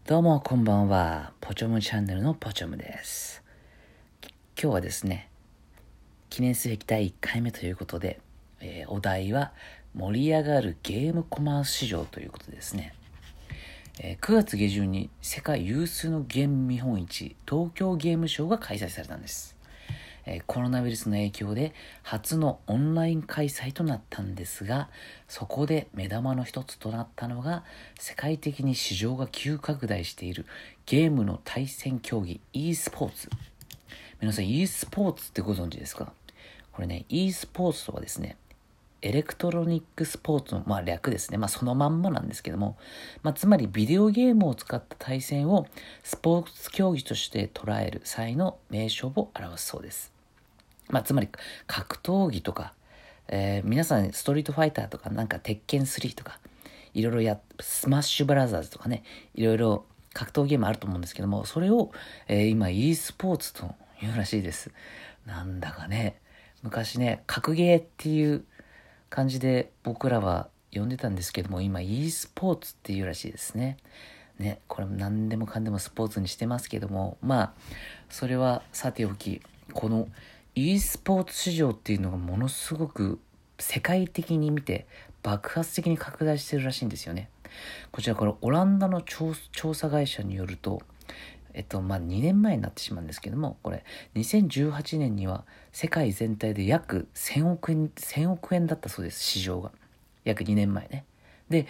どうもこんばんは。ポチョムチャンネルのポチョムです。今日はですね、記念すべき第1回目ということで、お題は盛り上がるゲームコマース市場ということですね。9月下旬に世界有数のゲーム見本市、東京ゲームショウが開催されたんです。コロナウイルスの影響で初のオンライン開催となったんですが、そこで目玉の一つとなったのが世界的に市場が急拡大しているゲームの対戦競技 e スポーツ。皆さん e スポーツってご存知ですか？これね、 e スポーツとはですね、エレクトロニックスポーツの、略ですね。そのまんまなんですけども、つまりビデオゲームを使った対戦をスポーツ競技として捉える際の名称を表すそうです。つまり格闘技とか、皆さんストリートファイターとかなんか鉄拳3とかいろいろスマッシュブラザーズとかね、いろいろ格闘ゲームあると思うんですけども、それを、今 e スポーツというらしいです。なんだかね、昔ね、格ゲーっていう感じで僕らは呼んでたんですけども、今 e スポーツっていうらしいですね。これ何でもかんでもスポーツにしてますけども、それはさておき、このe スポーツ市場っていうのがものすごく世界的に見て爆発的に拡大してるらしいんですよね。こちらオランダの調査会社によると、2年前になってしまうんですけども、これ2018年には世界全体で約1000億円だったそうです。市場が約2年前ね。で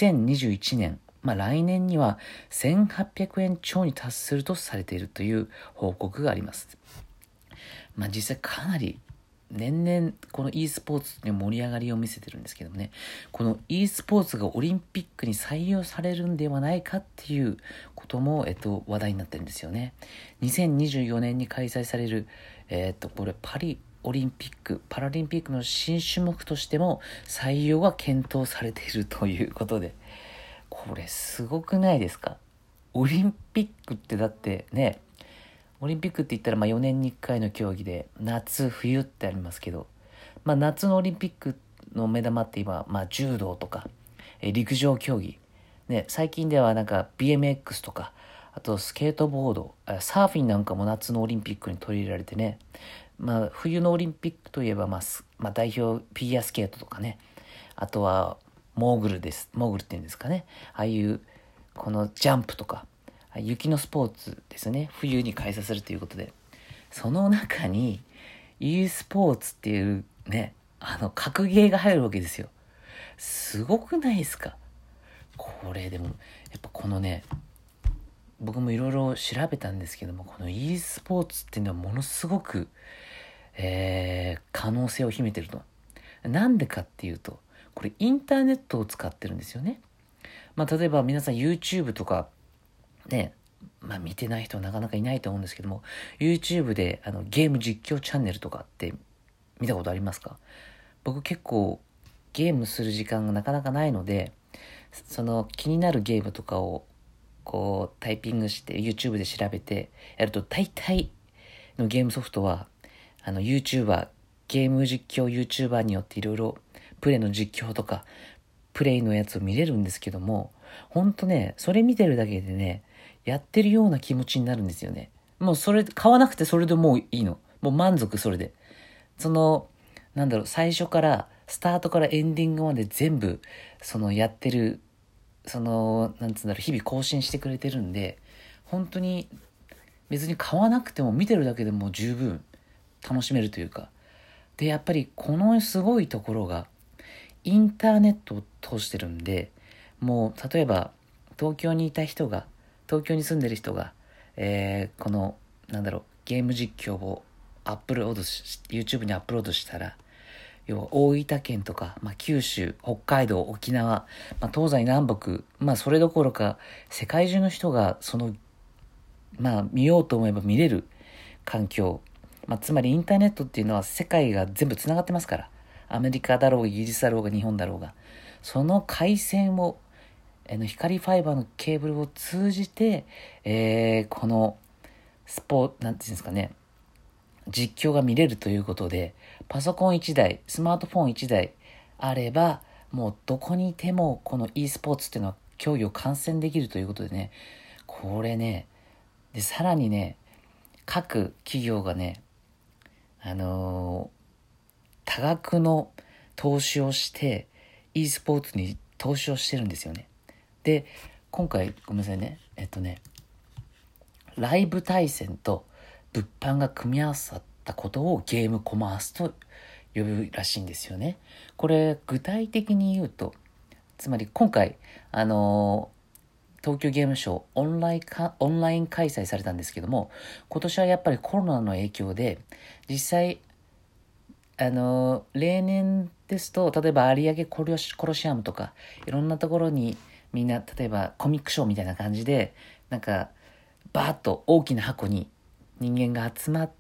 2021年、来年には1800円超に達するとされているという報告があります。実際かなり年々この e スポーツに盛り上がりを見せてるんですけどもね、この e スポーツがオリンピックに採用されるんではないかっていうことも、話題になってるんですよね。2024年に開催される、これパリオリンピック・パラリンピックの新種目としても採用が検討されているということで、これすごくないですか？オリンピックってだってね、オリンピックって言ったら4年に1回の競技で夏冬ってありますけど、夏のオリンピックの目玉って今、柔道とか陸上競技ね、最近ではなんか BMX とか、あとスケートボード、サーフィンなんかも夏のオリンピックに取り入れられてね、冬のオリンピックといえば代表フィギュアスケートとかね、あとはモーグルっていうんですかね、ああいうこのジャンプとか雪のスポーツですね、冬に開催するということで、その中に e スポーツっていうね、格ゲーが入るわけですよ。すごくないですか？これでもやっぱこのね、僕もいろいろ調べたんですけども、この e スポーツっていうのはものすごく、可能性を秘めてると。なんでかっていうと、これインターネットを使ってるんですよね。例えば皆さん YouTube とかね、見てない人はなかなかいないと思うんですけども、 YouTube でゲーム実況チャンネルとかって見たことありますか？僕結構ゲームする時間がなかなかないので、その気になるゲームとかをこうタイピングして YouTube で調べてやると、大体のゲームソフトはYouTuber、ゲーム実況 YouTuber によっていろいろプレイの実況とかプレイのやつを見れるんですけども、ほんとね、それ見てるだけでね、やってるような気持ちになるんですよね。もうそれ買わなくてそれでもういいの。もう満足それで。最初からスタートからエンディングまで全部やってる日々更新してくれてるんで、本当に別に買わなくても見てるだけでも十分楽しめるというか。で、やっぱりこのすごいところがインターネットを通してるんで、もう例えば東京に住んでる人が、ゲーム実況をYouTube にアップロードしたら、要は大分県とか、九州、北海道、沖縄、東西南北、それどころか世界中の人が見ようと思えば見れる環境、つまりインターネットっていうのは世界が全部つながってますから、アメリカだろうがイギリスだろうが日本だろうが、その回線を光ファイバーのケーブルを通じて、このなんていうんですかね、実況が見れるということで、パソコン1台、スマートフォン1台あれば、もうどこにいてもこの e スポーツっていうのは競技を観戦できるということでね、 これね、で、さらにね、各企業がね、多額の投資をして、e スポーツに投資をしてるんですよね。で、今回、ごめんなさいね。ライブ対戦と物販が組み合わさったことをゲームコマースと呼ぶらしいんですよね。これ、具体的に言うと、つまり今回、東京ゲームショウオンライン開催されたんですけども、今年はやっぱりコロナの影響で、実際、例年ですと、例えば有明コロシアムとか、いろんなところにみんな、例えばコミックショーみたいな感じで、なんか、バーッと大きな箱に人間が集まって、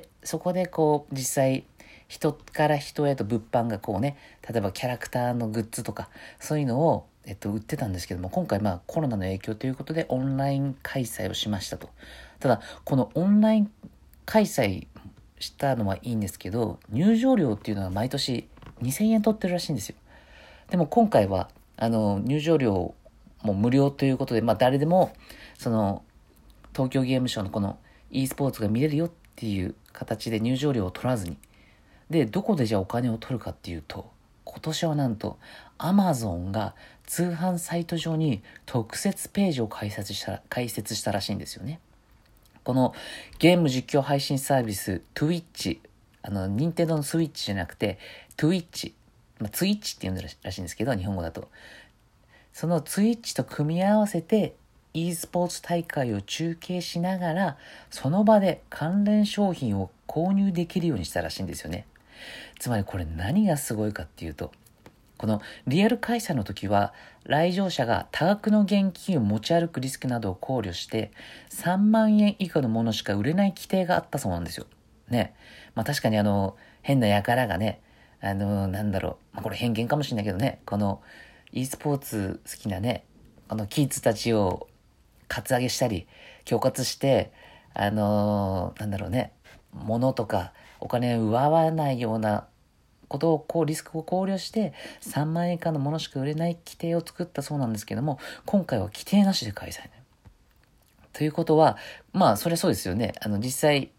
そこでこう、実際、人から人へと物販がこうね、例えばキャラクターのグッズとか、そういうのを、売ってたんですけども、今回コロナの影響ということでオンライン開催をしましたと。ただ、このオンライン開催したのはいいんですけど、入場料っていうのは毎年2000円取ってるらしいんですよ。でも今回は、入場料も無料ということで、誰でも、東京ゲームショウのこの e スポーツが見れるよっていう形で入場料を取らずに、で、どこでじゃあお金を取るかっていうと、今年はなんと Amazon が通販サイト上に特設ページを開設したらしいんですよね。このゲーム実況配信サービス Twitch、任天堂のスイッチじゃなくて Twitch、ツイッチって言うんらしいんですけど、日本語だと。そのツイッチと組み合わせて e スポーツ大会を中継しながら、その場で関連商品を購入できるようにしたらしいんですよね。つまりこれ何がすごいかっていうと、このリアル開催の時は来場者が多額の現金を持ち歩くリスクなどを考慮して3万円以下のものしか売れない規定があったそうなんですよ。ね。確かに変な輩がね、これ偏見かもしれないけどね、この e スポーツ好きなね、キッズたちをカツアゲしたり、恐喝して、物とかお金を奪わないようなことをリスクを考慮して3万円以下のものしか売れない規定を作ったそうなんですけども、今回は規定なしで開催ね。ということは、それそうですよね。実際、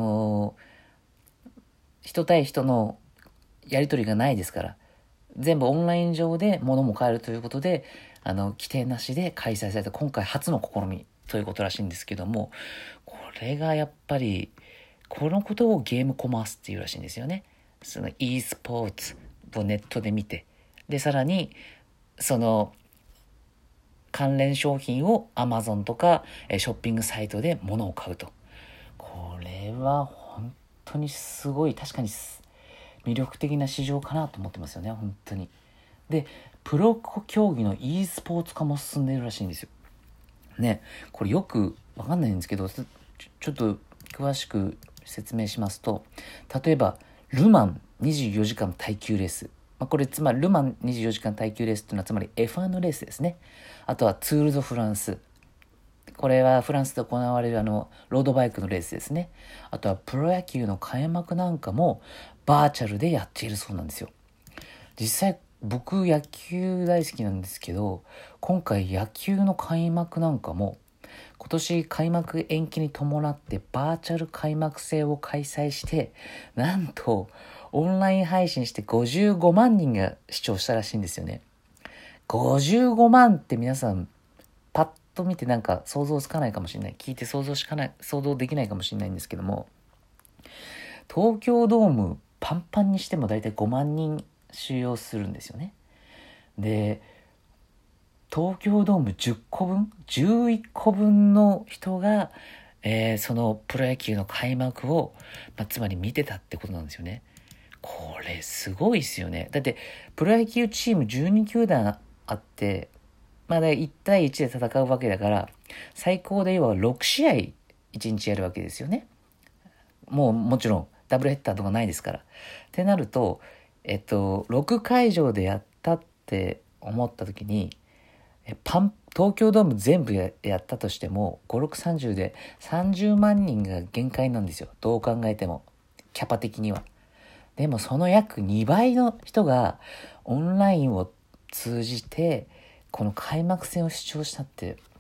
人対人のやり取りがないですから、全部オンライン上で物も買えるということで、規定なしで開催された今回初の試みということらしいんですけども、これがやっぱり、このことをゲームコマースっていうらしいんですよね。その e スポーツをネットで見て、で、さらに、その、関連商品を Amazon とかショッピングサイトで物を買うと。これは本当にすごい、確かに魅力的な市場かなと思ってますよね、本当に。で、プロ競技の e スポーツ化も進んでいるらしいんですよ。ね、これよくわかんないんですけど、ちょっと詳しく説明しますと、例えば、ルマン24時間耐久レース。これつまりルマン24時間耐久レースっていうのはつまり F1 のレースですね。あとはツール・ド・フランス。これはフランスで行われるロードバイクのレースですね。あとはプロ野球の開幕なんかもバーチャルでやっているそうなんですよ。実際僕野球大好きなんですけど、今回野球の開幕なんかも今年開幕延期に伴ってバーチャル開幕戦を開催して、なんとオンライン配信して55万人が視聴したらしいんですよね。55万って皆さんパッと見てなんか想像つかないかもしれない。聞いて想像できないかもしれないんですけども、東京ドームパンパンにしてもだいたい5万人収容するんですよね。で、東京ドーム10個分、11個分の人が、そのプロ野球の開幕を、つまり見てたってことなんですよね。これすごいですよね。だってプロ野球チーム12球団あって、1対1で戦うわけだから、最高で言えば6試合1日やるわけですよね。もちろんダブルヘッダーとかないですから。ってなると、6会場でやったって思った時に、東京ドーム全部やったとしても、5、6、30で30万人が限界なんですよ。どう考えても。キャパ的には。でもその約2倍の人がオンラインを通じて、この開幕戦を視聴したって、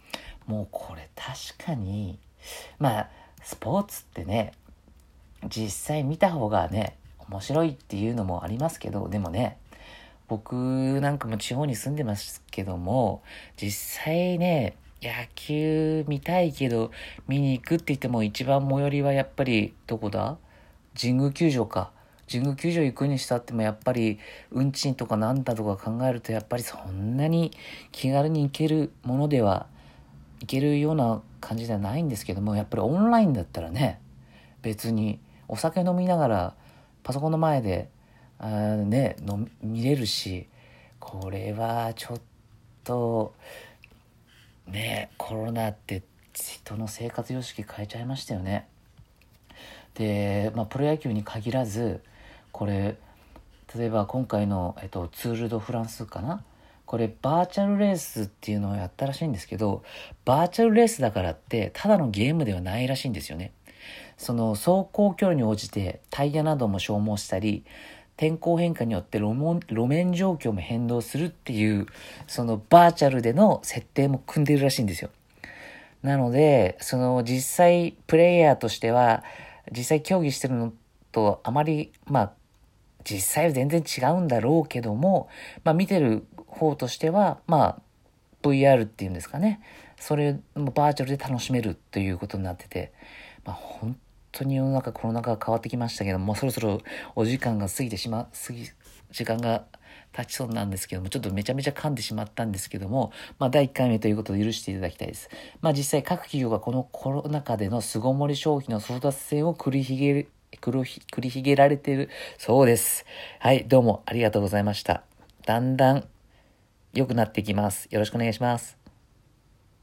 もうこれ確かに、まあ、スポーツってね、実際見た方がね、面白いっていうのもありますけど、でもね、僕なんかも地方に住んでますけども、実際ね、野球見たいけど、見に行くって言っても一番最寄りはやっぱり、どこだ？神宮球場か。神宮球場行くにしたってもやっぱり運賃とかなんだとか考えるとやっぱりそんなに気軽に行けるものでは、行けるような感じではないんですけども、やっぱりオンラインだったらね、別にお酒飲みながらパソコンの前で見れるし、これはちょっとね、コロナって人の生活様式変えちゃいましたよね。で、プロ野球に限らず、これ例えば今回の、ツール・ド・フランスかな、これバーチャルレースっていうのをやったらしいんですけど、バーチャルレースだからってただのゲームではないらしいんですよね。その走行距離に応じてタイヤなども消耗したり、天候変化によって路面状況も変動するっていう、そのバーチャルでの設定も組んでるらしいんですよ。なので、その実際プレイヤーとしては、実際競技してるのとあまり、実際は全然違うんだろうけども、見てる方としては、VR っていうんですかね。それもバーチャルで楽しめるということになってて、本当に世の中コロナ禍が変わってきましたけども、そろそろお時間が時間が経ちそうなんですけども、ちょっとめちゃめちゃ噛んでしまったんですけども、第1回目ということで許していただきたいです。実際各企業がこのコロナ禍での巣ごもり消費の争奪戦を繰り広げられているそうです。はい、どうもありがとうございました。だんだん良くなってきます。よろしくお願いします。